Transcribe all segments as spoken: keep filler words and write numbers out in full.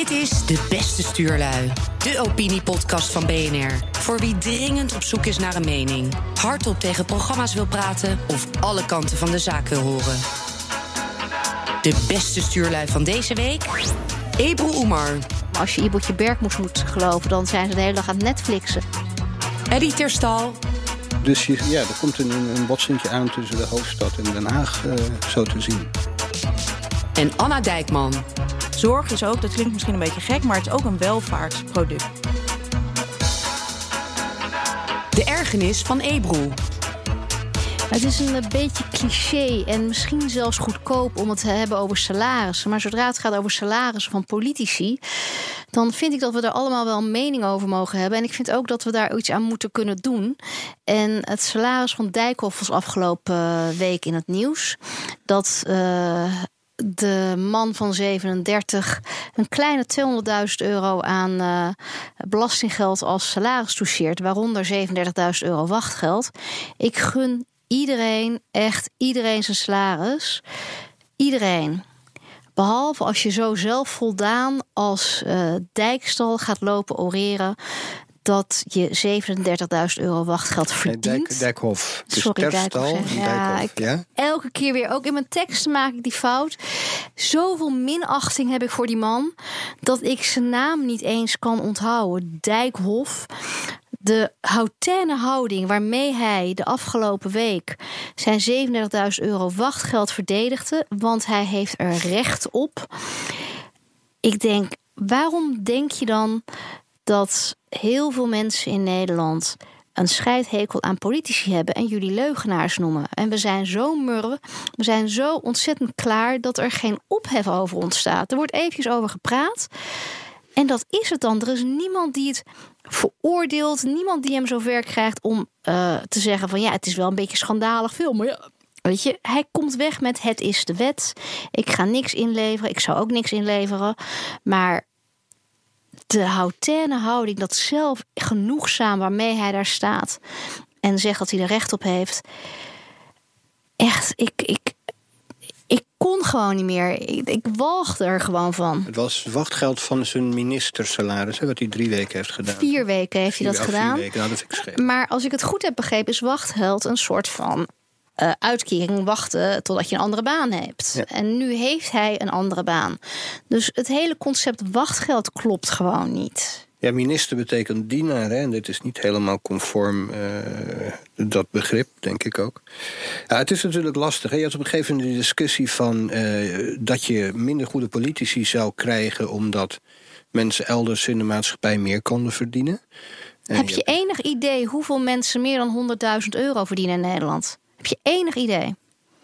Dit is De Beste Stuurlui, de opiniepodcast van B N R. Voor wie dringend op zoek is naar een mening, hardop tegen programma's wil praten of alle kanten van de zaak wil horen. De beste stuurlui van deze week, Ebru Umar. Als je Ibootje Bergmoes moet geloven, dan zijn ze de hele dag aan het Netflixen. Eddy Terstal. Dus je, ja, er komt een, een botsingje aan tussen de hoofdstad en Den Haag, uh, zo te zien. En Anna Dijkman. Zorg is ook, dat klinkt misschien een beetje gek, maar het is ook een welvaartsproduct. De ergernis van Ebru. Het is een beetje cliché en misschien zelfs goedkoop om het te hebben over salarissen. Maar zodra het gaat over salarissen van politici, dan vind ik dat we daar allemaal wel een mening over mogen hebben. En ik vind ook dat we daar iets aan moeten kunnen doen. En het salaris van Dijkhoff was afgelopen week in het nieuws. Dat Uh, de man van zevenendertig een kleine tweehonderdduizend euro aan uh, belastinggeld als salaris toucheert, waaronder zevenendertigduizend euro wachtgeld. Ik gun iedereen, echt iedereen zijn salaris. Iedereen. Behalve als je zo zelfvoldaan als uh, Dijkstal gaat lopen oreren dat je zevenendertigduizend euro wachtgeld verdient. Nee, Dijk, Dijkhoff. Dus Sorry, Terstal Dijkhoff. en Ja, Dijkhoff, ik, ja? Elke keer weer, ook in mijn teksten maak ik die fout. Zoveel minachting heb ik voor die man dat ik zijn naam niet eens kan onthouden. Dijkhoff. De hautaine houding waarmee hij de afgelopen week zijn zevenendertigduizend euro wachtgeld verdedigde, want hij heeft er recht op. Ik denk, waarom denk je dan dat heel veel mensen in Nederland een scheidhekel aan politici hebben en jullie leugenaars noemen? En we zijn zo murwen, we zijn zo ontzettend klaar dat er geen ophef over ontstaat. Er wordt eventjes over gepraat en dat is het dan. Er is niemand die het veroordeelt, niemand die hem zover krijgt om uh, te zeggen van ja, het is wel een beetje schandalig film, maar ja, weet je, hij komt weg met het is de wet. Ik ga niks inleveren, ik zou ook niks inleveren, maar de hautaine houding, dat zelf genoegzaam waarmee hij daar staat en zegt dat hij er recht op heeft. Echt, ik, ik, ik kon gewoon niet meer. Ik, ik walgde er gewoon van. Het was wachtgeld van zijn ministersalaris, hè, wat hij drie weken heeft gedaan. Vier weken heeft hij dat vier, gedaan. Vier weken, nou, dat vind ik scheef. Maar als ik het goed heb begrepen, is wachtgeld een soort van Uh, uitkering wachten totdat je een andere baan hebt. Ja. En nu heeft hij een andere baan. Dus het hele concept wachtgeld klopt gewoon niet. Ja, minister betekent dienaar, hè? En dit is niet helemaal conform uh, dat begrip, denk ik ook. Ja, het is natuurlijk lastig. Hè? Je had op een gegeven moment de discussie van Uh, dat je minder goede politici zou krijgen omdat mensen elders in de maatschappij meer konden verdienen. En Heb je, je enig idee hoeveel mensen meer dan honderdduizend euro verdienen in Nederland? Heb je enig idee?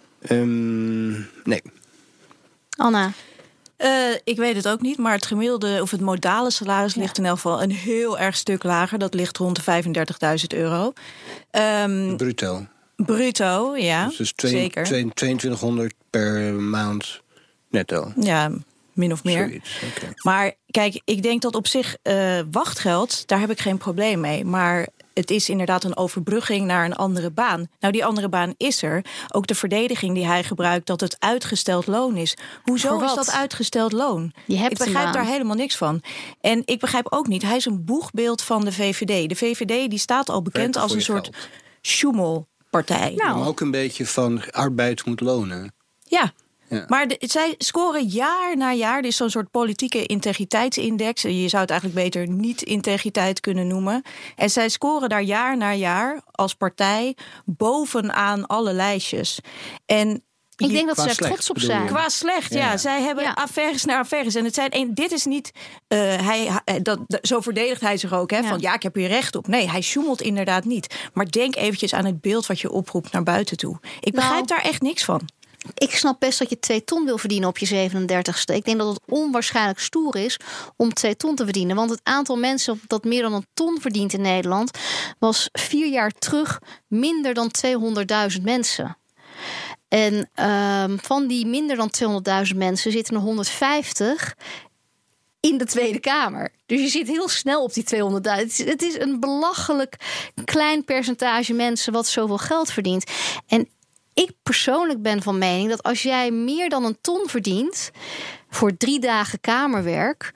Um, nee. Anna? Uh, ik weet het ook niet, maar het gemiddelde of het modale salaris ligt ja. in elk geval een heel erg stuk lager. Dat ligt rond de vijfendertigduizend euro. Um, bruto. Bruto, ja. Dus, dus twee, zeker. Twee, tweeëntwintighonderd per maand netto. Ja, min of meer. Zoiets, okay. Maar kijk, ik denk dat op zich uh, wachtgeld, daar heb ik geen probleem mee. Maar het is inderdaad een overbrugging naar een andere baan. Nou, die andere baan is er. Ook de verdediging die hij gebruikt, dat het uitgesteld loon is. Hoezo is dat uitgesteld loon? Je hebt ik begrijp daar helemaal niks van. En ik begrijp ook niet, hij is een boegbeeld van de V V D. De V V D die staat al bekend als een soort sjoemelpartij. Nou. Maar ook een beetje van arbeid moet lonen. Ja. Ja. Maar de, zij scoren jaar na jaar. Er is zo'n soort politieke integriteitsindex. Je zou het eigenlijk beter niet integriteit kunnen noemen. En zij scoren daar jaar na jaar als partij bovenaan alle lijstjes. En ik denk dat ze er trots op zijn. Qua slecht, ja. ja. Zij hebben ja. affaires naar affaires. En het zijn een, dit is niet Uh, hij, dat, dat, zo verdedigt hij zich ook. Hè, ja. Van ja, ik heb hier recht op. Nee, hij sjoemelt inderdaad niet. Maar denk eventjes aan het beeld wat je oproept naar buiten toe. Ik begrijp nou, daar echt niks van. Ik snap best dat je twee ton wil verdienen op je zevenendertigste. Ik denk dat het onwaarschijnlijk stoer is om twee ton te verdienen. Want het aantal mensen dat meer dan een ton verdient in Nederland was vier jaar terug minder dan tweehonderdduizend mensen. En uh, van die minder dan tweehonderdduizend mensen zitten er honderdvijftig in de Tweede Kamer. Dus je zit heel snel op die tweehonderdduizend. Het is een belachelijk klein percentage mensen wat zoveel geld verdient. En ik persoonlijk ben van mening dat als jij meer dan een ton verdient voor drie dagen kamerwerk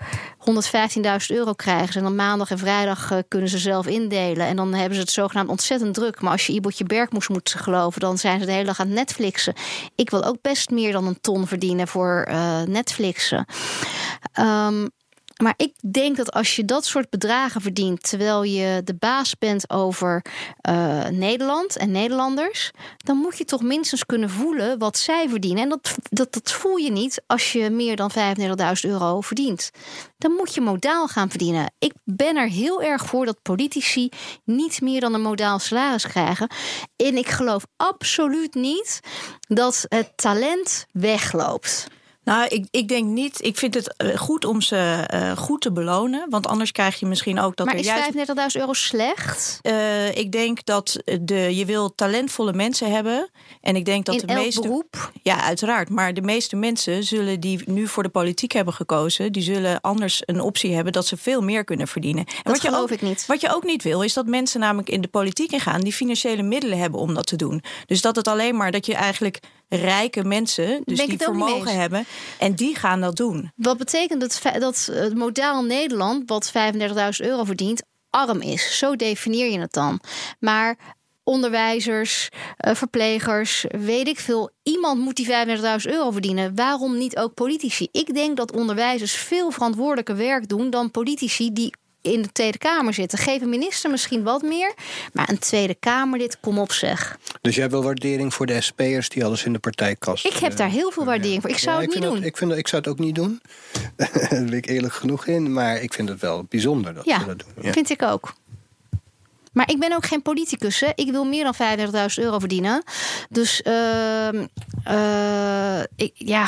honderdvijftienduizend euro krijgen ze. En dan maandag en vrijdag uh, kunnen ze zelf indelen. En dan hebben ze het zogenaamd ontzettend druk. Maar als je Ibotje Bergmoes moet geloven, dan zijn ze de hele dag aan het Netflixen. Ik wil ook best meer dan een ton verdienen voor uh, Netflixen. Um, Maar ik denk dat als je dat soort bedragen verdient, terwijl je de baas bent over uh, Nederland en Nederlanders, dan moet je toch minstens kunnen voelen wat zij verdienen. En dat, dat, dat voel je niet als je meer dan vijfennegentigduizend euro verdient. Dan moet je modaal gaan verdienen. Ik ben er heel erg voor dat politici niet meer dan een modaal salaris krijgen. En ik geloof absoluut niet dat het talent wegloopt. Nou, ik, ik denk niet. Ik vind het goed om ze uh, goed te belonen. Want anders krijg je misschien ook dat maar er is juist... vijfennegentigduizend euro slecht? Uh, ik denk dat de, je wil talentvolle mensen hebben. En ik denk dat in de elk meeste beroep? Ja, uiteraard. Maar de meeste mensen zullen die nu voor de politiek hebben gekozen, die zullen anders een optie hebben dat ze veel meer kunnen verdienen. En dat wat geloof je ook, ik niet. Wat je ook niet wil, is dat mensen namelijk in de politiek ingaan die financiële middelen hebben om dat te doen. Dus dat het alleen maar dat je eigenlijk rijke mensen, dus die vermogen hebben, en die gaan dat doen. Wat betekent dat, dat het modaal Nederland, wat vijfendertigduizend euro verdient, arm is? Zo definieer je het dan. Maar onderwijzers, verplegers, weet ik veel. Iemand moet die vijfendertigduizend euro verdienen. Waarom niet ook politici? Ik denk dat onderwijzers veel verantwoordelijker werk doen dan politici die in de Tweede Kamer zitten. Geef een minister misschien wat meer, maar een Tweede Kamerlid, kom op zeg. Dus jij hebt wel waardering voor de S P'ers die alles in de partijkast... Ik heb daar heel veel waardering voor. Ik zou ja, het ik niet doen. Dat, ik, vind dat, ik zou het ook niet doen. Daar ben ik eerlijk genoeg in. Maar ik vind het wel bijzonder dat ja, ze dat doen. Ja, vind ik ook. Maar ik ben ook geen politicus. Hè. Ik wil meer dan vijfendertigduizend euro verdienen. Dus uh, uh, ik, ja...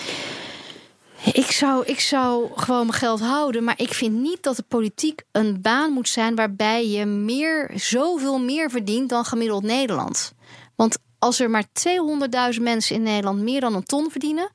Ik zou, ik zou gewoon mijn geld houden. Maar ik vind niet dat de politiek een baan moet zijn waarbij je meer, zoveel meer verdient dan gemiddeld Nederland. Want als er maar tweehonderdduizend mensen in Nederland meer dan een ton verdienen,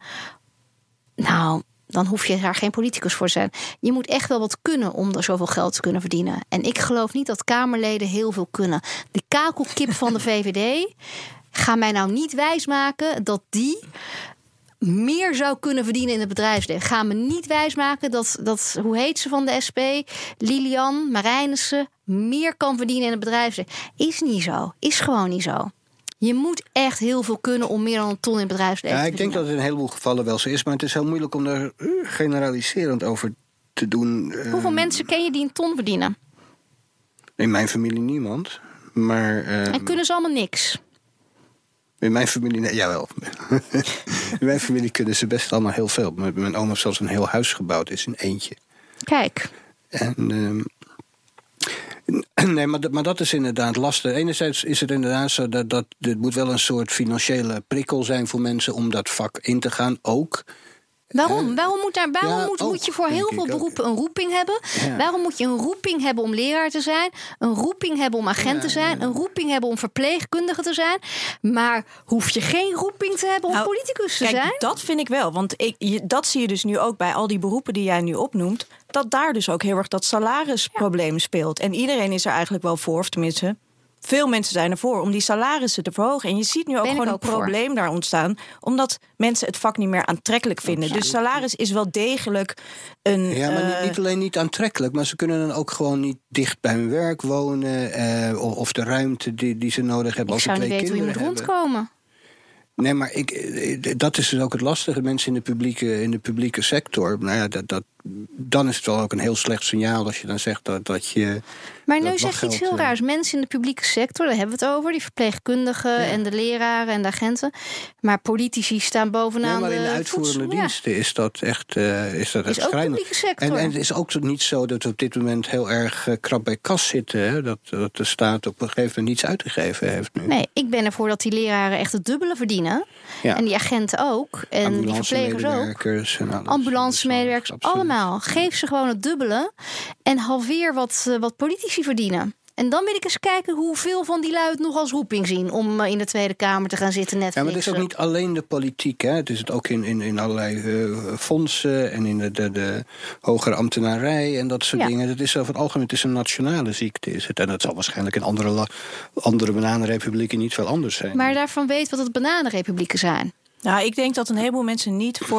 nou, dan hoef je daar geen politicus voor te zijn. Je moet echt wel wat kunnen om er zoveel geld te kunnen verdienen. En ik geloof niet dat Kamerleden heel veel kunnen. De kakelkip van de V V D, ga mij nou niet wijsmaken dat die meer zou kunnen verdienen in het bedrijfsleven. Ga me niet wijsmaken dat, dat, hoe heet ze van de S P, Lilian Marijnissen, meer kan verdienen in het bedrijfsleven. Is niet zo. Is gewoon niet zo. Je moet echt heel veel kunnen om meer dan een ton in het bedrijfsleven ja, te ik denk dat het in een heleboel gevallen wel zo is, maar het is heel moeilijk om daar generaliserend over te doen. Hoeveel uh, mensen ken je die een ton verdienen? In mijn familie niemand. Maar, uh, en kunnen ze allemaal niks? In mijn familie, nee, jawel. In mijn familie kunnen ze best allemaal heel veel. Mijn oom heeft zelfs een heel huis gebouwd, is een eentje. Kijk. En, uh, nee, maar, maar dat is inderdaad lastig. Enerzijds is het inderdaad zo dat, dat het moet wel een soort financiële prikkel zijn voor mensen om dat vak in te gaan ook. Waarom? Waarom, moet, daar, waarom ja, moet, ook, moet je voor heel veel beroepen ook een roeping hebben? Ja. Waarom moet je een roeping hebben om leraar te zijn? Een roeping hebben om agent ja, te zijn? Ja. Een roeping hebben om verpleegkundige te zijn? Maar hoef je geen roeping te hebben om nou, politicus te kijk, zijn? Dat vind ik wel. Want ik, je, dat zie je dus nu ook bij al die beroepen die jij nu opnoemt. Dat daar dus ook heel erg dat salarisprobleem ja. speelt. En iedereen is er eigenlijk wel voor, of tenminste, veel mensen zijn ervoor om die salarissen te verhogen. En je ziet nu ook ben gewoon ook een probleem voor. daar ontstaan, omdat mensen het vak niet meer aantrekkelijk vinden. Ja. Dus salaris is wel degelijk een... Ja, maar uh, niet, niet alleen niet aantrekkelijk, maar ze kunnen dan ook gewoon niet dicht bij hun werk wonen, uh, of de ruimte die, die ze nodig hebben. Ik als zou ze niet twee weten hoe je moet hebben. rondkomen. Nee, maar ik, dat is dus ook het lastige. Mensen in de publieke, in de publieke sector, nou ja, dat, dat, dan is het wel ook een heel slecht signaal als je dan zegt dat, dat je... Maar nu zeg je iets heel raars. Mensen in de publieke sector, daar hebben we het over. Die verpleegkundigen ja. en de leraren en de agenten. Maar politici staan bovenaan. Ja, maar in de, de uitvoerende voedsel, diensten ja. is dat echt uh, is dat is ook publieke sector. En, en het is ook niet zo dat we op dit moment heel erg uh, krap bij kas zitten. Hè? Dat, dat de staat op een gegeven moment niets uitgegeven heeft nu. Nee, ik ben ervoor dat die leraren echt het dubbele verdienen. Ja. En die agenten ook. En die verplegers ook. En Ambulancemedewerkers, allemaal. Geef ze gewoon het dubbele. En halveer wat, uh, wat politici verdienen. En dan wil ik eens kijken hoeveel van die lui het nog als roeping zien om in de Tweede Kamer te gaan zitten Netflixen. Ja, maar het is ook niet alleen de politiek. Hè? Het is het ook in, in, in allerlei uh, fondsen en in de, de, de hogere ambtenarij en dat soort ja. dingen. Het is over het algemeen het is een nationale ziekte. Is het. En dat zal waarschijnlijk in andere, la, andere bananenrepublieken niet veel anders zijn. Maar daarvan weet wat het bananenrepublieken zijn. Nou, ik denk dat een heleboel mensen niet voor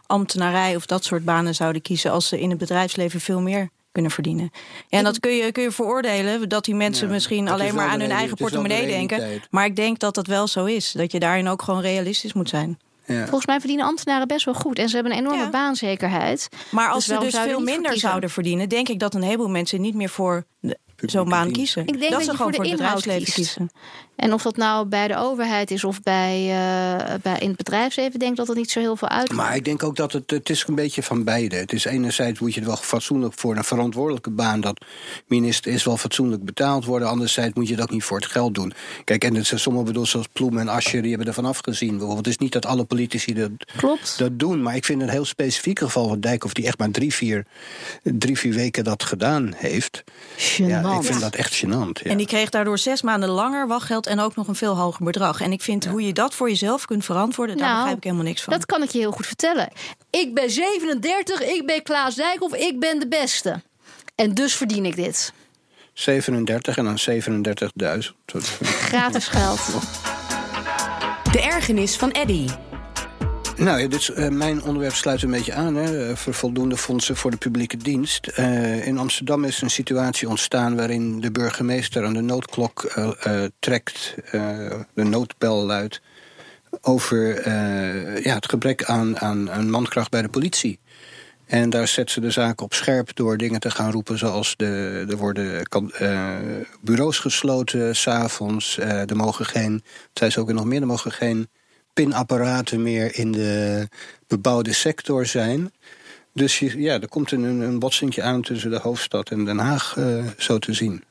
ambtenarij of dat soort banen zouden kiezen als ze in het bedrijfsleven veel meer kunnen verdienen. Ja, en dat kun je, kun je veroordelen, dat die mensen ja, misschien alleen maar aan hun eigen portemonnee denken. Maar ik denk dat dat wel zo is. Dat je daarin ook gewoon realistisch moet zijn. Ja. Volgens mij verdienen ambtenaren best wel goed. En ze hebben een enorme ja. baanzekerheid. Maar als dus ze dus veel minder verkiezen? zouden verdienen, denk ik dat een heleboel mensen niet meer voor de, zo'n baan kiezen. Ik denk dat, dat ze gewoon voor, voor het bedrijfsleven kiezen. En of dat nou bij de overheid is of bij, uh, bij in het bedrijfsleven, denk ik dat dat niet zo heel veel uitmaakt. Maar ik denk ook dat het, het is een beetje van beide. Het is enerzijds moet je er wel fatsoenlijk voor een verantwoordelijke baan, dat minister is wel fatsoenlijk betaald worden. Anderzijds moet je dat niet voor het geld doen. Kijk, en het zijn sommigen bedoel zoals Ploem en Asscher, die hebben ervan afgezien. Bijvoorbeeld, het is niet dat alle politici dat, Klopt. dat doen. Maar ik vind een heel specifiek geval van Dijkhoff, die echt maar drie, vier, drie, vier weken dat gedaan heeft. Ja, ik vind dat echt gênant. Ja. En die kreeg daardoor zes maanden langer wachtgeld en ook nog een veel hoger bedrag. En ik vind ja. hoe je dat voor jezelf kunt verantwoorden, daar nou, begrijp ik helemaal niks van. Dat kan ik je heel goed vertellen. Ik ben zevenendertig, ik ben Klaas Dijkhoff, ik ben de beste. En dus verdien ik dit. zevenendertig en dan zevenendertigduizend. Gratis geld. De ergernis van Eddy. Nou ja, dit, uh, mijn onderwerp sluit een beetje aan. Hè, voor voldoende fondsen voor de publieke dienst. Uh, in Amsterdam is een situatie ontstaan waarin de burgemeester aan de noodklok uh, uh, trekt, uh, de noodbel luidt, over uh, ja, het gebrek aan, aan, aan mankracht bij de politie. En daar zet ze de zaak op scherp door dingen te gaan roepen zoals de, er worden uh, bureaus gesloten 's avonds. Uh, er mogen geen, zei ze ook nog meer, er mogen geen pinapparaten meer in de bebouwde sector zijn. Dus je, ja, er komt een, een botsingje aan tussen de hoofdstad en Den Haag, uh, zo te zien.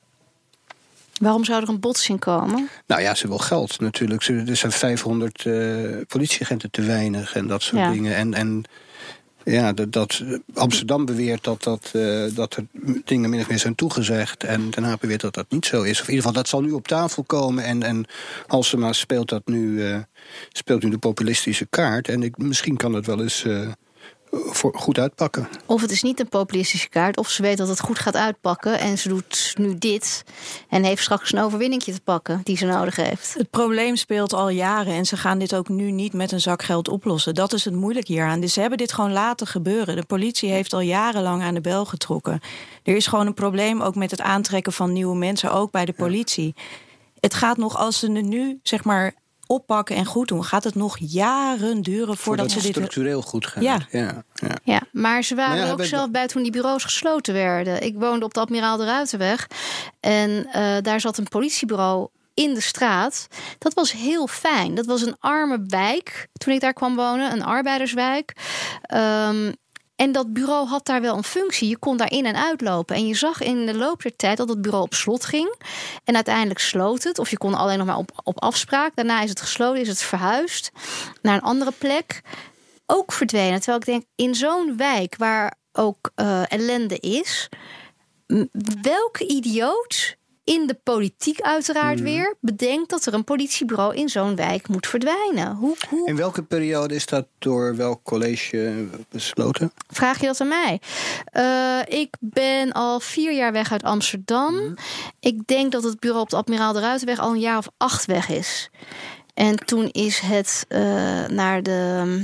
Waarom zou er een botsing komen? Nou ja, ze wil geld natuurlijk. Er zijn vijfhonderd uh, politieagenten te weinig en dat soort ja. dingen. En, en ja, dat, dat Amsterdam beweert dat, dat, uh, dat er dingen min of meer zijn toegezegd. En Den Haag beweert dat dat niet zo is. Of in ieder geval, dat zal nu op tafel komen. En, en Halsema speelt dat nu, uh, speelt nu de populistische kaart. En ik, misschien kan het wel eens uh, voor, goed uitpakken. Of het is niet een populistische kaart, of ze weet dat het goed gaat uitpakken en ze doet nu dit en heeft straks een overwinningje te pakken die ze nodig heeft. Het probleem speelt al jaren en ze gaan dit ook nu niet met een zak geld oplossen. Dat is het moeilijk hieraan. Dus ze hebben dit gewoon laten gebeuren. De politie heeft al jarenlang aan de bel getrokken. Er is gewoon een probleem ook met het aantrekken van nieuwe mensen, ook bij de politie. Het gaat nog, als ze het nu zeg maar oppakken en goed doen, gaat het nog jaren duren voordat, voordat ze dit structureel goed gaat. Ja. Ja, ja. ja, maar ze waren maar ja, ook zelf bij toen die bureaus gesloten werden. Ik woonde op de Admiraal de Ruitenweg en uh, daar zat een politiebureau in de straat. Dat was heel fijn. Dat was een arme wijk toen ik daar kwam wonen, een arbeiderswijk. Um, En dat bureau had daar wel een functie. Je kon daar in en uitlopen. En je zag in de loop der tijd dat het bureau op slot ging. En uiteindelijk sloot het. Of je kon alleen nog maar op, op afspraak. Daarna is het gesloten, is het verhuisd naar een andere plek. Ook verdwenen. Terwijl ik denk, in zo'n wijk waar ook uh, ellende is, welke idioot in de politiek uiteraard hmm. weer bedenkt dat er een politiebureau in zo'n wijk moet verdwijnen? Hoe, hoe... In welke periode is dat door welk college besloten? Vraag je dat aan mij? Uh, ik ben al vier jaar weg uit Amsterdam. Hmm. Ik denk dat het bureau op de Admiraal de Ruitenweg al een jaar of acht weg is. En toen is het uh, naar de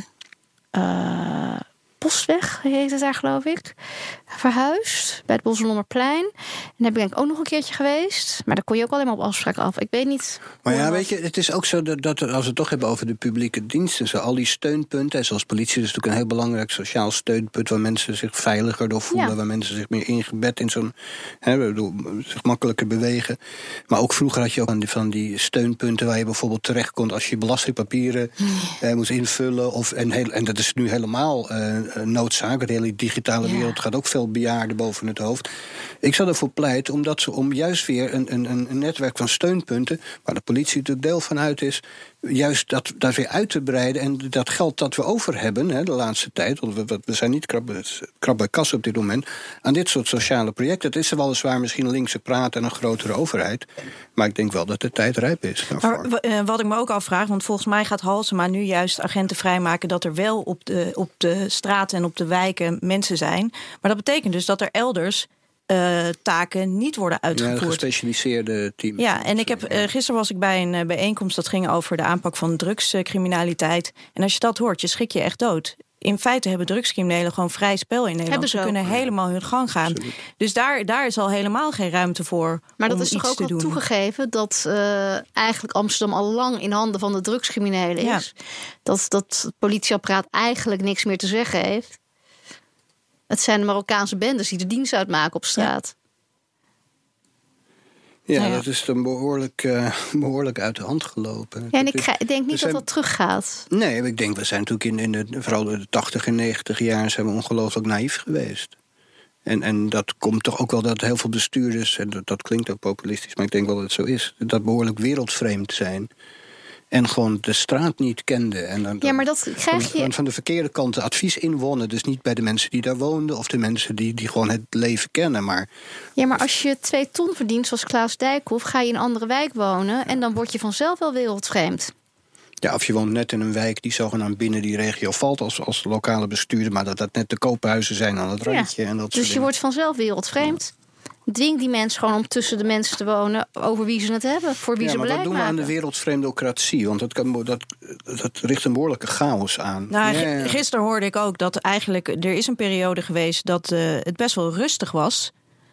Uh, Postweg, heet het daar geloof ik, verhuisd bij het Bosselommerplein. En daar ben ik ook nog een keertje geweest. Maar daar kon je ook alleen maar op afspraak af. Ik weet niet. Maar ja, weet je, het is ook zo dat, dat als we het toch hebben over de publieke diensten, zo al die steunpunten, zoals politie, dat is natuurlijk een heel belangrijk sociaal steunpunt waar mensen zich veiliger door voelen, ja. waar mensen zich meer ingebed in zo'n, hè, bedoel, zich makkelijker bewegen. Maar ook vroeger had je ook van die, van die steunpunten waar je bijvoorbeeld terecht kon als je belastingpapieren eh, moest invullen. Of, en, heel, en dat is nu helemaal Uh, noodzaak. De hele digitale ja. wereld gaat ook veel bejaarden boven het hoofd. Ik zou ervoor pleiten omdat ze om juist weer een, een, een netwerk van steunpunten, waar de politie natuurlijk deel van uit is, juist dat, dat weer uit te breiden. En dat geld dat we over hebben, hè, de laatste tijd, want we, we zijn niet krap, krap bij kas op dit moment, aan dit soort sociale projecten. Het is er weliswaar misschien een linkse praat en een grotere overheid, maar ik denk wel dat de tijd rijp is daarvoor. Maar wat ik me ook afvraag, want volgens mij gaat Halsema nu juist agenten vrijmaken dat er wel op de, op de straten en op de wijken mensen zijn. Maar dat betekent dus dat er elders Uh, taken niet worden uitgevoerd. Ja, gespecialiseerde teams. Ja, en ik heb, uh, gisteren was ik bij een uh, bijeenkomst dat ging over de aanpak van drugscriminaliteit. En als je dat hoort, je schrik je echt dood. in feite hebben drugscriminelen gewoon vrij spel in Nederland. Ze Ze kunnen helemaal hun gang gaan. Absoluut. Dus daar, daar is al helemaal geen ruimte voor. Maar dat om is toch iets ook te al doen. toegegeven dat uh, eigenlijk Amsterdam al lang in handen van de drugscriminelen is. Ja. Dat, dat het politieapparaat eigenlijk niks meer te zeggen heeft. Het zijn de Marokkaanse bendes die de dienst uitmaken op straat. Ja, ja nou ja. dat is dan behoorlijk, uh, behoorlijk uit de hand gelopen. Ja, en ik ga, denk niet zijn, dat dat teruggaat. Nee, ik denk, we zijn natuurlijk in, in de, vooral de tachtig en negentig jaar zijn we ongelooflijk naïef geweest. En, en dat komt toch ook wel dat heel veel bestuurders, en dat, dat klinkt ook populistisch, maar ik denk wel dat het zo is, dat behoorlijk wereldvreemd zijn. En gewoon de straat niet kenden. En dan, ja, maar dat krijg je... Van, van de verkeerde kant advies inwonnen. Dus niet bij de mensen die daar woonden. Of de mensen die, die gewoon het leven kennen. Maar... Ja, maar als je twee ton verdient, zoals Klaas Dijkhoff, ga je in een andere wijk wonen. En dan word je vanzelf wel wereldvreemd. Ja, of je woont net in een wijk die zogenaamd binnen die regio valt als, als lokale bestuurder. Maar dat dat net de koophuizen zijn aan het randje. Ja, en dat dus je dingen. wordt vanzelf wereldvreemd. Dwing die mensen gewoon om tussen de mensen te wonen over wie ze het hebben, voor wie ja, ze beleid maken. Ja, maar dat doen we aan de wereldvreemdocratie, want dat, kan, dat, dat richt een behoorlijke chaos aan. Nou, ja, ja. Gisteren hoorde ik ook dat eigenlijk er is een periode geweest dat uh, het best wel rustig was,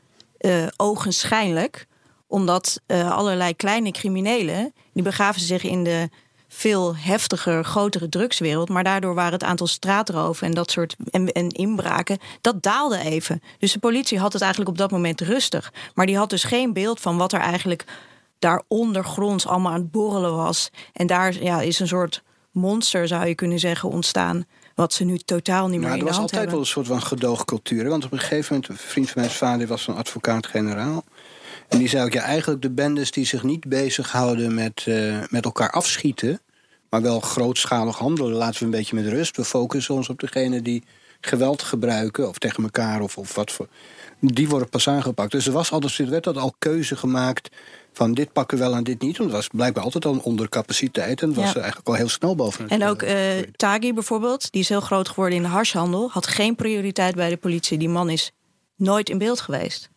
uh, ogenschijnlijk, omdat uh, allerlei kleine criminelen die begaven zich in de veel heftiger, grotere drugswereld. Maar daardoor waren het aantal straatroven en dat soort en, en inbraken, dat daalde even. Dus de politie had het eigenlijk op dat moment rustig. Maar die had dus geen beeld van wat er eigenlijk daar ondergronds allemaal aan het borrelen was. En daar ja, is een soort monster, zou je kunnen zeggen, ontstaan. Wat ze nu totaal niet meer nou, in de hand hebben. Er was altijd hebben. wel een soort van gedoogcultuur. Want op een gegeven moment, een vriend van mijn vader was een advocaat-generaal. En die zei ook, ja, eigenlijk de bendes die zich niet bezighouden met, uh, met elkaar afschieten, maar wel grootschalig handelen, laten we een beetje met rust. We focussen ons op degene die geweld gebruiken, of tegen elkaar, of, of wat voor. Die worden pas aangepakt. Dus er was altijd, er werd al keuze gemaakt van dit pakken we wel en dit niet. Want het was blijkbaar altijd al een ondercapaciteit. En het was ja. eigenlijk al heel snel boven het. En ook uh, Taghi bijvoorbeeld, die is heel groot geworden in de hashhandel, had geen prioriteit bij de politie. Die man is nooit in beeld geweest.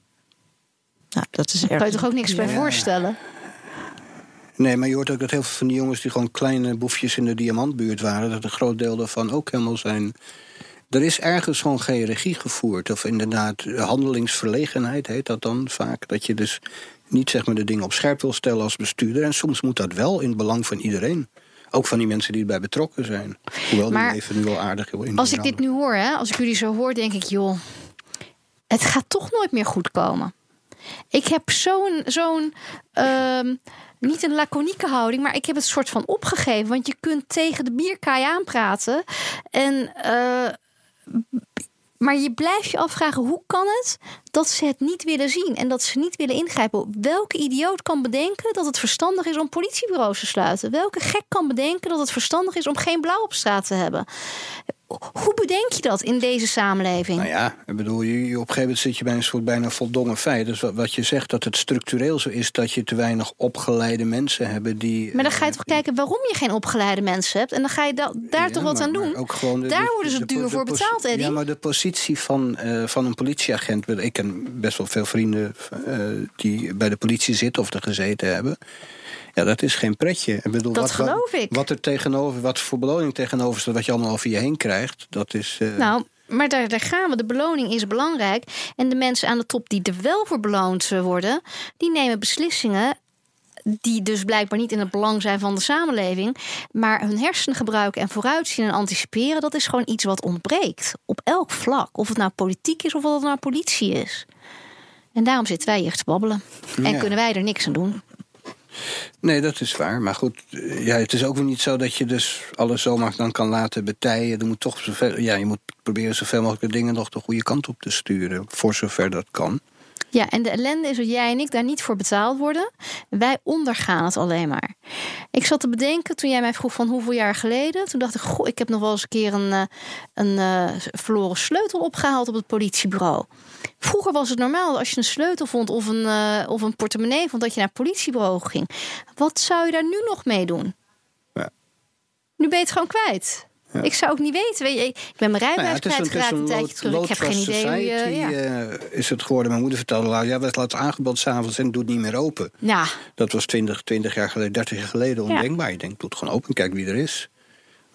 Nou, dat is erg. Daar kan je toch ook niks bij ja. voorstellen? Nee, maar je hoort ook dat heel veel van die jongens die gewoon kleine boefjes in de diamantbuurt waren, dat een groot deel daarvan ook helemaal zijn. Er is ergens gewoon geen regie gevoerd. Of inderdaad, handelingsverlegenheid heet dat dan vaak. Dat je dus niet zeg maar de dingen op scherp wil stellen als bestuurder. En soms moet dat wel in het belang van iedereen. Ook van die mensen die erbij betrokken zijn. Hoewel die leven nu wel aardig in als ik dit nu hoor, hè, als ik jullie zo hoor, denk ik, joh, het gaat toch nooit meer goed komen. Ik heb zo'n, zo'n uh, niet een laconieke houding, maar ik heb het soort van opgegeven. Want je kunt tegen de bierkaai aanpraten. En, uh, maar je blijft je afvragen, hoe kan het dat ze het niet willen zien en dat ze niet willen ingrijpen? Welke idioot kan bedenken dat het verstandig is om politiebureaus te sluiten? Welke gek kan bedenken dat het verstandig is om geen blauw op straat te hebben? Hoe bedenk je dat in deze samenleving? Nou ja, ik bedoel, je, op een gegeven moment zit je bij een soort bijna voldongen feit. Dus wat, wat je zegt, dat het structureel zo is dat je te weinig opgeleide mensen hebt die. Maar dan ga je uh, toch kijken waarom je geen opgeleide mensen hebt. En dan ga je da- daar ja, toch wat maar, aan doen. Ook gewoon de, daar de, worden ze de, duur de, voor de, betaald, Eddie. Ja, maar de positie van, uh, van een politieagent. Ik ken best wel veel vrienden uh, die bij de politie zitten of er gezeten hebben. Ja, dat is geen pretje. Ik bedoel, dat wat, geloof wat, ik. Wat er tegenover, wat voor beloning tegenover staat, wat je allemaal over je heen krijgt, dat is. Uh... Nou, maar daar, daar gaan we. De beloning is belangrijk. En de mensen aan de top die er wel voor beloond worden, die nemen beslissingen die dus blijkbaar niet in het belang zijn van de samenleving, maar hun hersenen gebruiken en vooruitzien en anticiperen, dat is gewoon iets wat ontbreekt. Op elk vlak. Of het nou politiek is of wat het nou politie is. En daarom zitten wij hier te babbelen. En Ja. kunnen wij er niks aan doen. Nee, dat is waar. Maar goed, ja, het is ook weer niet zo dat je dus alles zomaar dan kan laten betijen. Je moet toch zoveel, ja, je moet proberen zoveel mogelijk de dingen nog de goede kant op te sturen. Voor zover dat kan. Ja, en de ellende is dat jij en ik daar niet voor betaald worden. Wij ondergaan het alleen maar. Ik zat te bedenken toen jij mij vroeg van hoeveel jaar geleden. Toen dacht ik, goh, ik heb nog wel eens een keer een, uh, een uh, verloren sleutel opgehaald op het politiebureau. Vroeger was het normaal als je een sleutel vond of een, uh, of een portemonnee vond dat je naar het politiebureau ging. Wat zou je daar nu nog mee doen? Ja. Nu ben je het gewoon kwijt. Ja. Ik zou ook niet weten. Weet je, ik ben mijn rijbewijs nou ja, kwijtgeraakt een, een tijdje terug. Ik heb geen idee hoe je... Ja. Uh, is het geworden. Mijn moeder vertelde, ja, we het laatst aangebeld s'avonds en het doet niet meer open. Ja. Dat was twintig, twintig jaar geleden, dertig jaar geleden ondenkbaar. Ja. Je denkt, doe het gewoon open, kijk wie er is.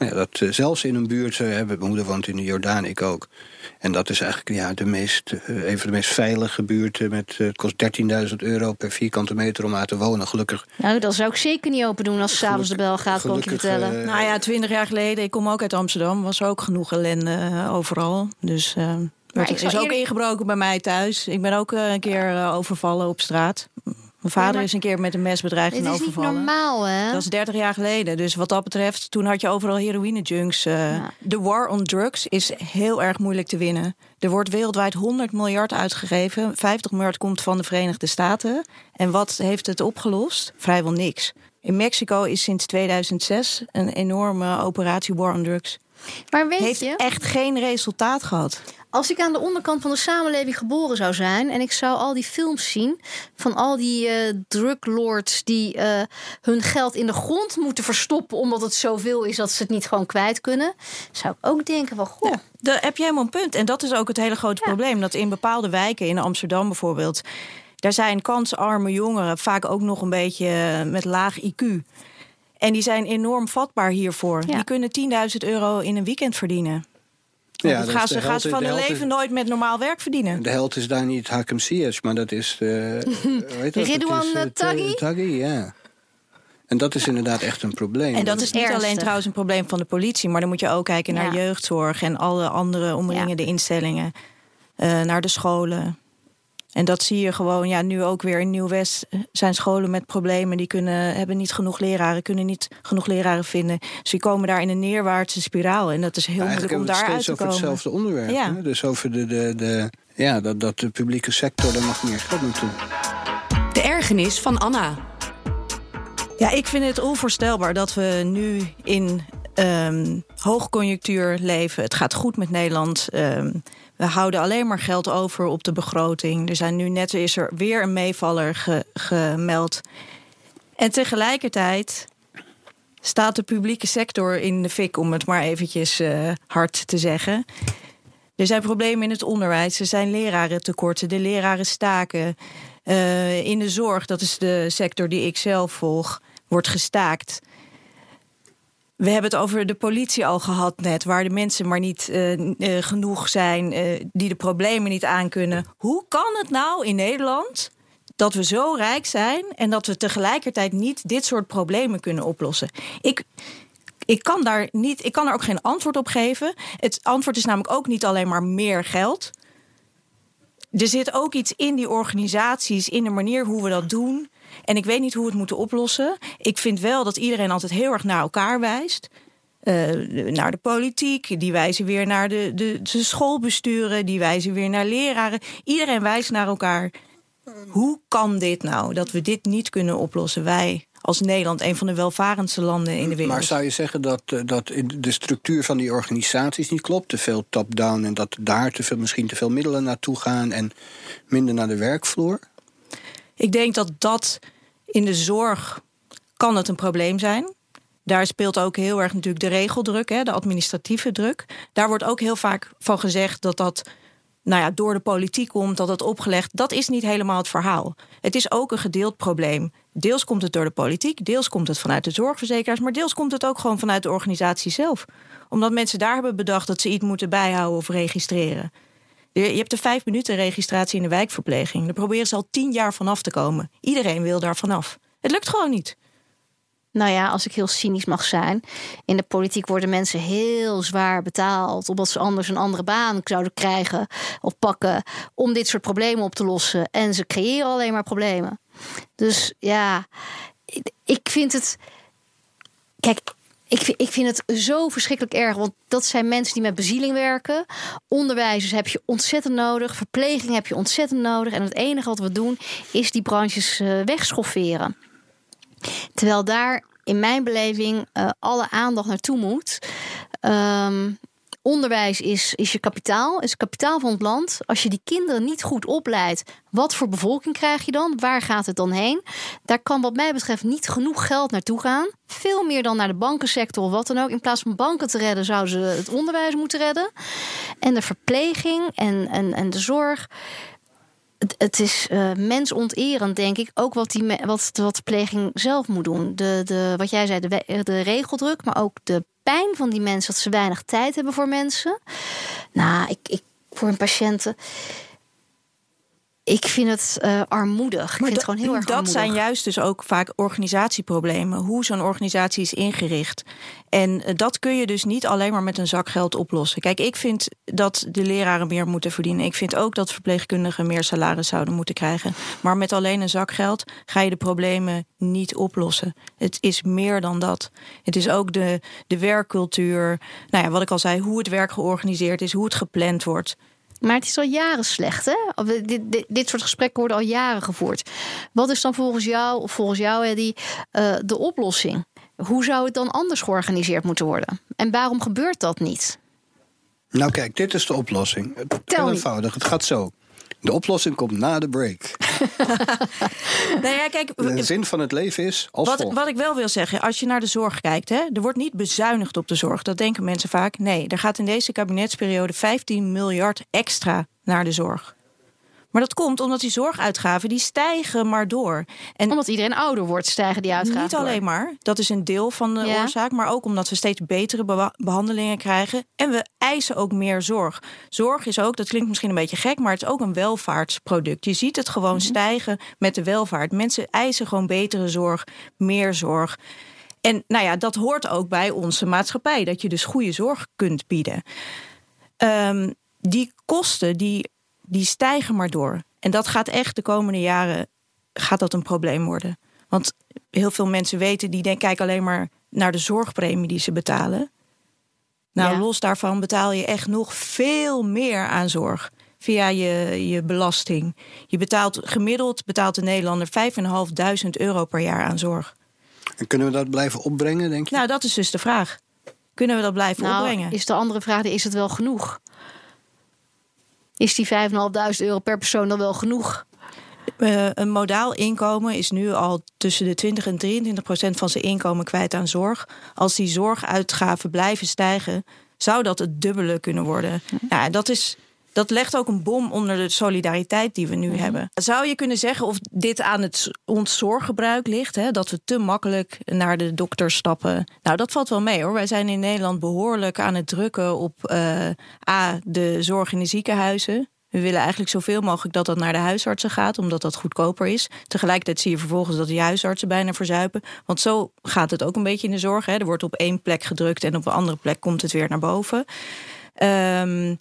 Ja, dat, uh, zelfs in een buurt, uh, mijn moeder woont in de Jordaan, ik ook. En dat is eigenlijk ja, de meest, uh, een van de meest veilige buurten. Met, uh, het kost dertienduizend euro per vierkante meter om aan te wonen, gelukkig. Nou, dat zou ik zeker niet open doen als s'avonds de bel gaat, kan ik je vertellen. Uh, nou ja, twintig jaar geleden, ik kom ook uit Amsterdam, was er ook genoeg ellende uh, overal. Dus uh, maar het is ook eerder... ingebroken bij mij thuis. Ik ben ook uh, een keer uh, overvallen op straat. Mijn vader ja, is een keer met een mes bedreigd en overvallen. Dat is niet normaal, hè? Dat is dertig jaar geleden. Dus wat dat betreft, toen had je overal heroïne-junks. Uh, ja. De war on drugs is heel erg moeilijk te winnen. Er wordt wereldwijd honderd miljard uitgegeven. vijftig miljard komt van de Verenigde Staten. En wat heeft het opgelost? Vrijwel niks. In Mexico is sinds tweeduizend zes een enorme operatie war on drugs. Maar weet heeft je, echt geen resultaat gehad. Als ik aan de onderkant van de samenleving geboren zou zijn en ik zou al die films zien van al die uh, druglords die uh, hun geld in de grond moeten verstoppen omdat het zoveel is dat ze het niet gewoon kwijt kunnen, zou ik ook denken van goh. Ja, daar heb je helemaal een punt. En dat is ook het hele grote ja. probleem. Dat in bepaalde wijken, in Amsterdam bijvoorbeeld, daar zijn kansarme jongeren vaak ook nog een beetje met laag I Q. En die zijn enorm vatbaar hiervoor. Ja. Die kunnen tienduizend euro in een weekend verdienen. Ja, dat gaan ze, gaan ze van hun leven is, nooit met normaal werk verdienen. De held is daar niet Hakim Ziyech, maar dat is uh, Ridwan Taghi. Taghi, ja. En dat is inderdaad echt een probleem. En dat is niet Ernstig. alleen trouwens een probleem van de politie, maar dan moet je ook kijken naar ja. jeugdzorg en alle andere omringende ja. instellingen, uh, naar de scholen. En dat zie je gewoon, ja, nu ook weer in Nieuw-West zijn scholen met problemen. Die kunnen, hebben niet genoeg leraren, kunnen niet genoeg leraren vinden. Dus die komen daar in een neerwaartse spiraal. En dat is heel ja, moeilijk om daar uit te komen. Over hetzelfde onderwerp. Ja. Hè? Dus over de, de, de, ja, dat, dat de publieke sector er nog meer geld naartoe. De ergernis van Anna. Ja, ik vind het onvoorstelbaar dat we nu in um, hoogconjunctuur leven. Het gaat goed met Nederland. Um, We houden alleen maar geld over op de begroting. Er zijn nu net is er weer een meevaller ge, gemeld. En tegelijkertijd staat de publieke sector in de fik, om het maar eventjes uh, hard te zeggen. Er zijn problemen in het onderwijs. Er zijn lerarentekorten. De leraren staken. Uh, in de zorg, dat is de sector die ik zelf volg, wordt gestaakt. We hebben het over de politie al gehad net, waar de mensen maar niet uh, uh, genoeg zijn, uh, die de problemen niet aankunnen. Hoe kan het nou in Nederland dat we zo rijk zijn en dat we tegelijkertijd niet dit soort problemen kunnen oplossen? Ik, ik, kan daar niet, ik kan daar ook geen antwoord op geven. Het antwoord is namelijk ook niet alleen maar meer geld. Er zit ook iets in die organisaties, in de manier hoe we dat doen. En ik weet niet hoe we het moeten oplossen. Ik vind wel dat iedereen altijd heel erg naar elkaar wijst. Uh, naar de politiek, die wijzen weer naar de, de, de schoolbesturen, die wijzen weer naar leraren. Iedereen wijst naar elkaar. Hoe kan dit nou, dat we dit niet kunnen oplossen? Wij als Nederland, een van de welvarendste landen in de wereld. Maar zou je zeggen dat, dat de structuur van die organisaties niet klopt? Te veel top-down en dat daar te veel, misschien te veel middelen naartoe gaan en minder naar de werkvloer? Ik denk dat dat in de zorg kan het een probleem zijn. Daar speelt ook heel erg natuurlijk de regeldruk, hè, de administratieve druk. Daar wordt ook heel vaak van gezegd dat dat nou ja, door de politiek komt, dat het opgelegd. Dat is niet helemaal het verhaal. Het is ook een gedeeld probleem. Deels komt het door de politiek, deels komt het vanuit de zorgverzekeraars, maar deels komt het ook gewoon vanuit de organisatie zelf. Omdat mensen daar hebben bedacht dat ze iets moeten bijhouden of registreren. Je hebt de vijf minuten registratie in de wijkverpleging. Daar proberen ze al tien jaar vanaf te komen. Iedereen wil daar vanaf. Het lukt gewoon niet. Nou ja, als ik heel cynisch mag zijn. In de politiek worden mensen heel zwaar betaald, omdat ze anders een andere baan zouden krijgen of pakken om dit soort problemen op te lossen. En ze creëren alleen maar problemen. Dus ja, ik vind het... Kijk, ik vind, ik vind het zo verschrikkelijk erg. Want dat zijn mensen die met bezieling werken. Onderwijzers heb je ontzettend nodig. Verpleging heb je ontzettend nodig. En het enige wat we doen is die branches uh, wegschofferen. Terwijl daar in mijn beleving uh, alle aandacht naartoe moet. Um, onderwijs is, is je kapitaal, is het kapitaal van het land. Als je die kinderen niet goed opleidt, wat voor bevolking krijg je dan? Waar gaat het dan heen? Daar kan wat mij betreft niet genoeg geld naartoe gaan. Veel meer dan naar de bankensector of wat dan ook. In plaats van banken te redden, zouden ze het onderwijs moeten redden. En de verpleging en, en, en de zorg. Het, het is uh, mensonterend, denk ik. Ook wat, die, wat, wat de verpleging zelf moet doen. De, de, wat jij zei, de, de regeldruk, maar ook de pijn van die mensen dat ze weinig tijd hebben voor mensen. Nou, ik, ik voor hun patiënten. Ik vind het uh, armoedig. Maar ik vind dat, het gewoon heel erg dat armoedig. zijn juist dus ook vaak organisatieproblemen. Hoe zo'n organisatie is ingericht. En uh, dat kun je dus niet alleen maar met een zak geld oplossen. Kijk, ik vind dat de leraren meer moeten verdienen. Ik vind ook dat verpleegkundigen meer salaris zouden moeten krijgen. Maar met alleen een zak geld ga je de problemen niet oplossen. Het is meer dan dat. Het is ook de, de werkcultuur. Nou ja, wat ik al zei, hoe het werk georganiseerd is, hoe het gepland wordt. Maar het is al jaren slecht, hè? Dit, dit, dit soort gesprekken worden al jaren gevoerd. Wat is dan volgens jou, of volgens jou, Eddy, uh, de oplossing? Hoe zou het dan anders georganiseerd moeten worden? En waarom gebeurt dat niet? Nou kijk, dit is de oplossing. Heel eenvoudig, het gaat zo. De oplossing komt na de break. nou ja, kijk, de zin van het leven is als wat, volgt. Wat ik wel wil zeggen, als je naar de zorg kijkt, hè, er wordt niet bezuinigd op de zorg. Dat denken mensen vaak. Nee, er gaat in deze kabinetsperiode vijftien miljard extra naar de zorg. Maar dat komt omdat die zorguitgaven die stijgen maar door. En omdat iedereen ouder wordt, stijgen die uitgaven niet alleen door. maar. Dat is een deel van de ja. oorzaak. Maar ook omdat we steeds betere be- behandelingen krijgen. En we eisen ook meer zorg. Zorg is ook, dat klinkt misschien een beetje gek, maar het is ook een welvaartsproduct. Je ziet het gewoon mm-hmm. stijgen met de welvaart. Mensen eisen gewoon betere zorg, meer zorg. En nou ja, dat hoort ook bij onze maatschappij. Dat je dus goede zorg kunt bieden. Um, die kosten, die... Die stijgen maar door. En dat gaat echt de komende jaren gaat dat een probleem worden. Want heel veel mensen weten, die denken, kijk alleen maar naar de zorgpremie die ze betalen. Nou, ja. los daarvan betaal je echt nog veel meer aan zorg. Via je, je belasting. Je betaalt gemiddeld betaalt de Nederlander vijfduizend euro per jaar aan zorg. En kunnen we dat blijven opbrengen, denk je? Nou, dat is dus de vraag. Kunnen we dat blijven nou, opbrengen? Is de andere vraag, is het wel genoeg? Is die vijfduizend euro per persoon dan wel genoeg? Uh, een modaal inkomen is nu al tussen de twintig en drieëntwintig procent van zijn inkomen kwijt aan zorg. Als die zorguitgaven blijven stijgen, zou dat het dubbele kunnen worden. Mm-hmm. Nou, dat is... Dat legt ook een bom onder de solidariteit die we nu mm-hmm. hebben. Zou je kunnen zeggen of dit aan het, ons zorggebruik ligt? Hè? Dat we te makkelijk naar de dokter stappen. Nou, dat valt wel mee hoor. Wij zijn in Nederland behoorlijk aan het drukken op uh, A, de zorg in de ziekenhuizen. We willen eigenlijk zoveel mogelijk dat dat naar de huisartsen gaat, omdat dat goedkoper is. Tegelijkertijd zie je vervolgens dat die huisartsen bijna verzuipen. Want zo gaat het ook een beetje in de zorg. Hè? Er wordt op één plek gedrukt en op een andere plek komt het weer naar boven. Um,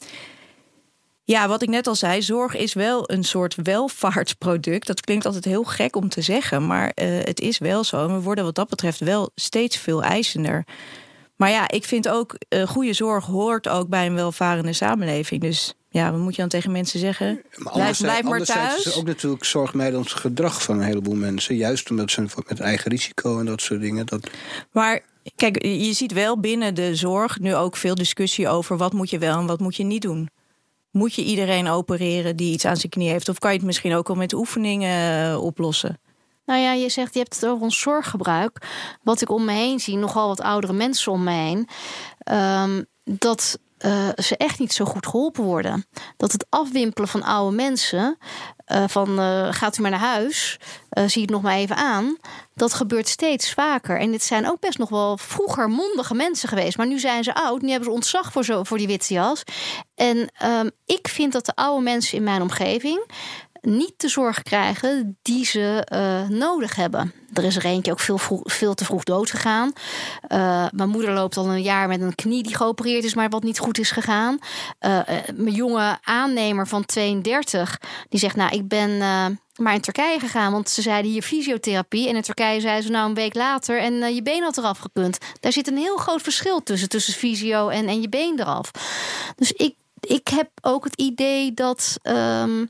Ja, wat ik net al zei, zorg is wel een soort welvaartsproduct. Dat klinkt altijd heel gek om te zeggen, maar uh, het is wel zo. En we worden wat dat betreft wel steeds veel eisender. Maar ja, ik vind ook, uh, goede zorg hoort ook bij een welvarende samenleving. Dus ja, wat moet je dan tegen mensen zeggen? Maar blijf, blijf maar thuis. Het is ook natuurlijk zorgmijdend gedrag van een heleboel mensen. Juist omdat ze met eigen risico en dat soort dingen. Dat... Maar... Kijk, je ziet wel binnen de zorg nu ook veel discussie over wat moet je wel en wat moet je niet doen. Moet je iedereen opereren die iets aan zijn knie heeft? Of kan je het misschien ook al met oefeningen uh, oplossen? Nou ja, je zegt, je hebt het over ons zorggebruik. Wat ik om me heen zie, nogal wat oudere mensen om me heen. Um, dat uh, ze echt niet zo goed geholpen worden. Dat het afwimpelen van oude mensen... Uh, van uh, gaat u maar naar huis, uh, zie het nog maar even aan. Dat gebeurt steeds vaker. En dit zijn ook best nog wel vroeger mondige mensen geweest. Maar nu zijn ze oud, nu hebben ze ontzag voor, zo, voor die witte jas. En um, ik vind dat de oude mensen in mijn omgeving... niet de zorg krijgen die ze uh, nodig hebben. Er is er eentje ook veel, vroeg, veel te vroeg dood gegaan. Uh, mijn moeder loopt al een jaar met een knie die geopereerd is... maar wat niet goed is gegaan. Uh, uh, mijn jonge aannemer van tweeëndertig... die zegt, nou, ik ben uh, maar in Turkije gegaan... want ze zeiden hier fysiotherapie... en in Turkije zeiden ze nou een week later... en uh, je been had eraf gekund. Daar zit een heel groot verschil tussen... tussen fysio en, en je been eraf. Dus ik, ik heb ook het idee dat... Um,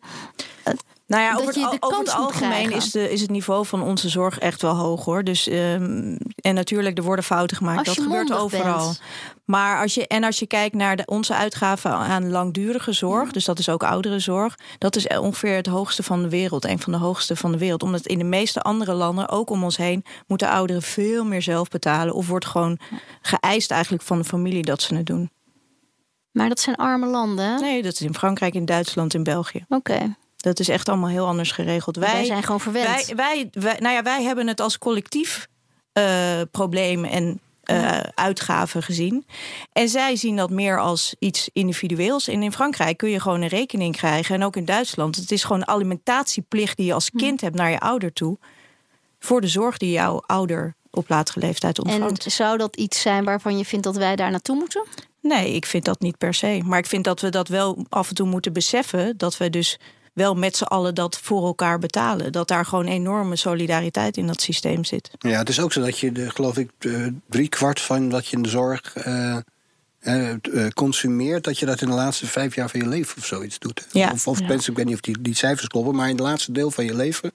Nou ja, over het, over het algemeen is, de, is het niveau van onze zorg echt wel hoog hoor. Dus, um, en natuurlijk, er worden fouten gemaakt. Dat gebeurt overal. Bent. Maar als je, en als je kijkt naar de, onze uitgaven aan langdurige zorg, dus dat is ook ouderenzorg, dat is ongeveer het hoogste van de wereld. Een van de hoogste van de wereld. Omdat in de meeste andere landen, ook om ons heen, moeten ouderen veel meer zelf betalen. Of wordt gewoon geëist eigenlijk van de familie dat ze het doen. Maar dat zijn arme landen, hè? Nee, dat is in Frankrijk, in Duitsland, in België. Oké. Okay. Dat is echt allemaal heel anders geregeld. Wij, wij zijn gewoon verwend. Wij, wij, wij, nou ja, wij hebben het als collectief uh, probleem. En uh, uitgaven gezien. En zij zien dat meer als iets individueels. En in Frankrijk kun je gewoon een rekening krijgen. En ook in Duitsland. Het is gewoon een alimentatieplicht die je als kind hebt naar je ouder toe. Voor de zorg die jouw ouder op latere leeftijd ontvangt. En zou dat iets zijn waarvan je vindt dat wij daar naartoe moeten? Nee, ik vind dat niet per se. Maar ik vind dat we dat wel af en toe moeten beseffen. Dat we dus wel met z'n allen dat voor elkaar betalen. Dat daar gewoon enorme solidariteit in dat systeem zit. Ja, het is ook zo dat je, de, geloof ik, drie kwart van wat je in de zorg uh, uh, consumeert, dat je dat in de laatste vijf jaar van je leven of zoiets doet. Ja. Of, of Ja. mensen, ik weet niet of die, die cijfers kloppen, maar in het laatste deel van je leven.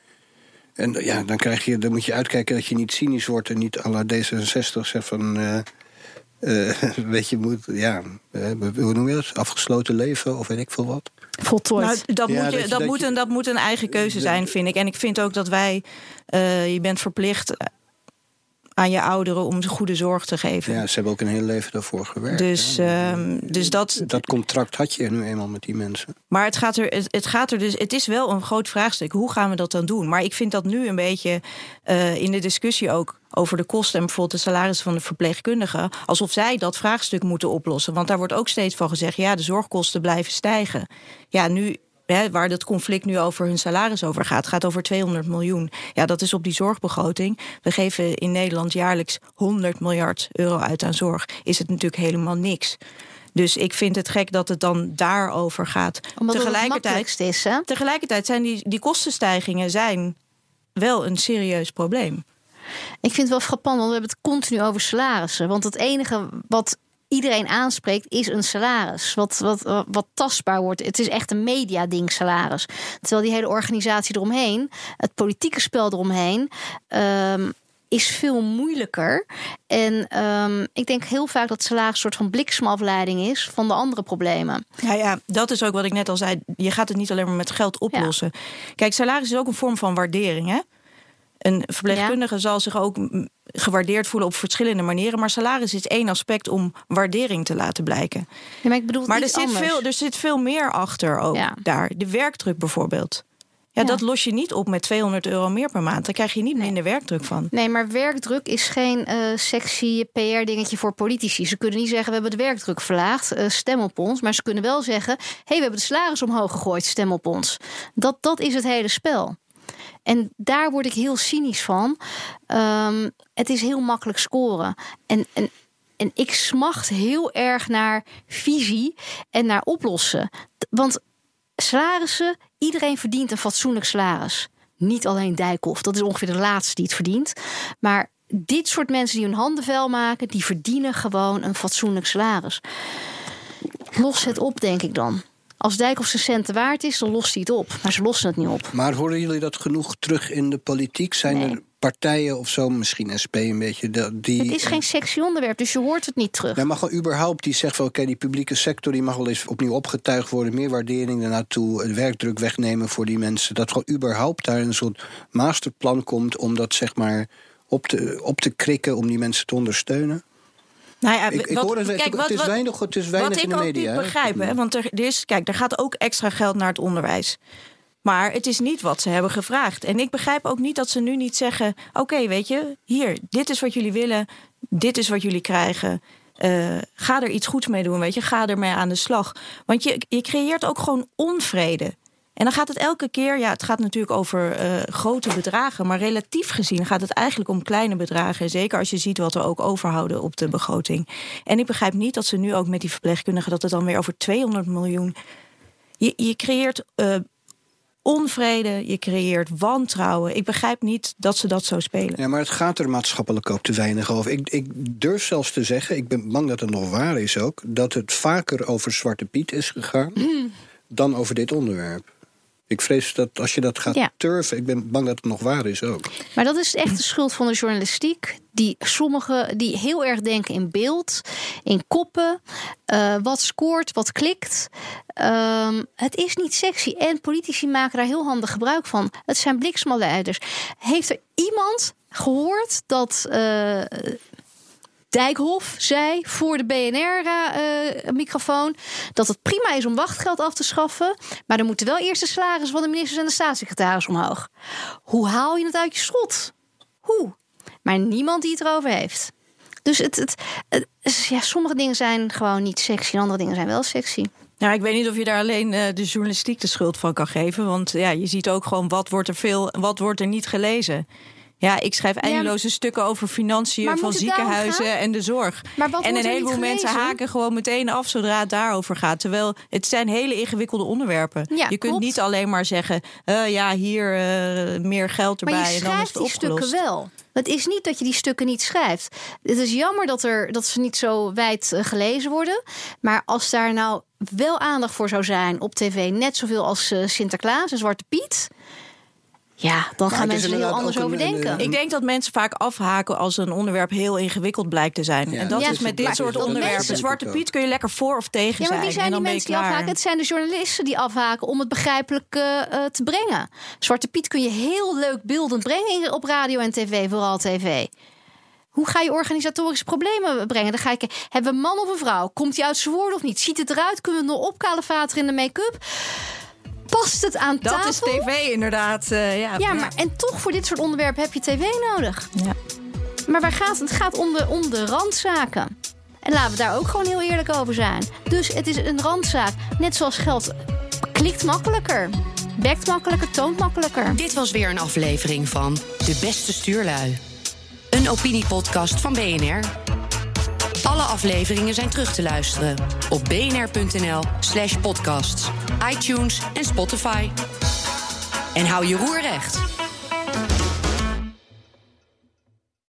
En ja, dan krijg je, dan moet je uitkijken dat je niet cynisch wordt en niet à la D zesenzestig zegt van, Uh, Uh, weet je, moet, ja, uh, hoe noem je dat? Afgesloten leven of weet ik veel wat. Voltooid. Nou, dat, Ja, moet, je, dat je- dat, dat moet je- een, dat moet een eigen keuze zijn, vind ik. En ik vind ook dat wij, uh, je bent verplicht aan je ouderen om ze goede zorg te geven. Ja, ze hebben ook een heel leven daarvoor gewerkt. Dus, hè. um, dus dat. Dat contract had je nu eenmaal met die mensen. Maar het gaat, er, het, het gaat er dus. Het is wel een groot vraagstuk. Hoe gaan we dat dan doen? Maar ik vind dat nu een beetje uh, in de discussie ook over de kosten en bijvoorbeeld de salarissen van de verpleegkundigen, alsof zij dat vraagstuk moeten oplossen. Want daar wordt ook steeds van gezegd, ja, de zorgkosten blijven stijgen. Ja, nu, hè, waar dat conflict nu over hun salaris over gaat, gaat over tweehonderd miljoen. Ja, dat is op die zorgbegroting. We geven in Nederland jaarlijks honderd miljard euro uit aan zorg. Is het natuurlijk helemaal niks. Dus ik vind het gek dat het dan daarover gaat. Omdat het het Tegelijkertijd, makkelijkste is, hè? tegelijkertijd zijn die, die kostenstijgingen zijn wel een serieus probleem. Ik vind het wel frappant, want we hebben het continu over salarissen. Want het enige wat iedereen aanspreekt is een salaris. Wat, wat, wat tastbaar wordt. Het is echt een mediading, salaris. Terwijl die hele organisatie eromheen, het politieke spel eromheen, Um, is veel moeilijker. En um, ik denk heel vaak dat salaris een soort van bliksemafleiding is van de andere problemen. Ja, ja, dat is ook wat ik net al zei. Je gaat het niet alleen maar met geld oplossen. Ja. Kijk, salaris is ook een vorm van waardering, hè? Een verpleegkundige ja. zal zich ook gewaardeerd voelen op verschillende manieren. Maar salaris is één aspect om waardering te laten blijken. Ja, maar ik bedoel, maar er iets zit, anders. veel, er zit veel meer achter ook ja. daar. De werkdruk bijvoorbeeld. Ja, ja, dat los je niet op met tweehonderd euro meer per maand. Daar krijg je niet nee. minder werkdruk van. Nee, maar werkdruk is geen uh, sexy P R-dingetje voor politici. Ze kunnen niet zeggen, we hebben de werkdruk verlaagd, uh, stem op ons. Maar ze kunnen wel zeggen, hé, hey, we hebben de salaris omhoog gegooid, stem op ons. Dat, dat is het hele spel. En daar word ik heel cynisch van. Um, het is heel makkelijk scoren. En, en, en ik smacht heel erg naar visie en naar oplossen. Want salarissen, iedereen verdient een fatsoenlijk salaris. Niet alleen Dijkhoff, dat is ongeveer de laatste die het verdient. Maar dit soort mensen die hun handen vuil maken, die verdienen gewoon een fatsoenlijk salaris. Los het op, denk ik dan. Als Dijkhoff zijn centen waard is, dan lost hij het op. Maar ze lossen het niet op. Maar horen jullie dat genoeg terug in de politiek? Zijn nee. er partijen of zo, misschien S P een beetje, die... Het is geen sexy onderwerp, dus je hoort het niet terug. Ja, maar gewoon überhaupt die zegt van, oké, okay, die publieke sector die mag wel eens opnieuw opgetuigd worden, meer waardering daarnaartoe, de werkdruk wegnemen voor die mensen. Dat gewoon überhaupt daar een soort masterplan komt om dat zeg maar op te, op te krikken, om die mensen te ondersteunen. Nou ja, ik, ik wat, hoor het, kijk, het wat, is weinig, het is weinig in de media. Wat ik ook niet begrijp, hè, want er, er is, kijk, er gaat ook extra geld naar het onderwijs. Maar het is niet wat ze hebben gevraagd. En ik begrijp ook niet dat ze nu niet zeggen, oké, okay, weet je, hier, dit is wat jullie willen, dit is wat jullie krijgen. Uh, ga er iets goeds mee doen, weet je, ga ermee aan de slag. Want je, je creëert ook gewoon onvrede. En dan gaat het elke keer, ja, het gaat natuurlijk over uh, grote bedragen, maar relatief gezien gaat het eigenlijk om kleine bedragen. Zeker als je ziet wat we ook overhouden op de begroting. En ik begrijp niet dat ze nu ook met die verpleegkundigen, dat het dan weer over tweehonderd miljoen. Je, je creëert uh, onvrede, je creëert wantrouwen. Ik begrijp niet dat ze dat zo spelen. Ja, maar het gaat er maatschappelijk ook te weinig over. Ik, ik durf zelfs te zeggen, ik ben bang dat het nog waar is ook, dat het vaker over Zwarte Piet is gegaan mm. dan over dit onderwerp. Ik vrees dat als je dat gaat ja. turven, ik ben bang dat het nog waar is ook. Maar dat is echt de schuld van de journalistiek. Die sommigen die heel erg denken in beeld, in koppen. Uh, wat scoort, wat klikt. Um, het is niet sexy. En politici maken daar heel handig gebruik van. Het zijn bliksemafleiders. Heeft er iemand gehoord dat Uh, Dijkhoff zei voor de B N R-microfoon uh, dat het prima is om wachtgeld af te schaffen, maar er moeten wel eerst de salarissen van de ministers en de staatssecretaris omhoog. Hoe haal je het uit je schot? Hoe? Maar niemand die het erover heeft. Dus het, het, het, ja, sommige dingen zijn gewoon niet sexy en andere dingen zijn wel sexy. Nou, ik weet niet of je daar alleen uh, de journalistiek de schuld van kan geven. Want ja, je ziet ook gewoon wat wordt er veel en wat wordt er niet gelezen. Ja, ik schrijf eindeloze ja, stukken over financiën van ziekenhuizen en de zorg. En een heleboel mensen haken gewoon meteen af zodra het daarover gaat. Terwijl het zijn hele ingewikkelde onderwerpen. Ja, je kunt klopt. niet alleen maar zeggen, uh, ja, hier uh, meer geld erbij maar je en dan is het die opgelost. Stukken wel. Het is niet dat je die stukken niet schrijft. Het is jammer dat, er, dat ze niet zo wijd uh, gelezen worden. Maar als daar nou wel aandacht voor zou zijn op tv, net zoveel als uh, Sinterklaas en Zwarte Piet, ja, dan gaan ja, mensen er heel anders over denken. Een, een... Ik denk dat mensen vaak afhaken als een onderwerp heel ingewikkeld blijkt te zijn. Ja, en dat ja, is met dit soort onderwerpen. Mensen... Zwarte Piet kun je lekker voor of tegen zijn. Ja, maar wie zijn die mensen die afhaken? Het zijn de journalisten die afhaken om het begrijpelijk uh, te brengen. Zwarte Piet kun je heel leuk beeldend brengen op radio en tv, vooral tv. Hoe ga je organisatorische problemen brengen? Dan ga ik, hebben we een man of een vrouw? Komt hij uit zijn woorden of niet? Ziet het eruit? Kunnen we nog opkalevateren in de make-up? Past het aan tafel? Dat is tv inderdaad. Uh, ja, ja, maar en toch voor dit soort onderwerpen heb je tv nodig. Ja. Maar waar gaat het? Het gaat om de, om de randzaken. En laten we daar ook gewoon heel eerlijk over zijn. Dus het is een randzaak. Net zoals geld klikt makkelijker. Bekt makkelijker, toont makkelijker. Dit was weer een aflevering van De Beste Stuurlui. Een opiniepodcast van B N R. Alle afleveringen zijn terug te luisteren op bnr.nl slash podcasts, iTunes en Spotify. En hou je roer recht.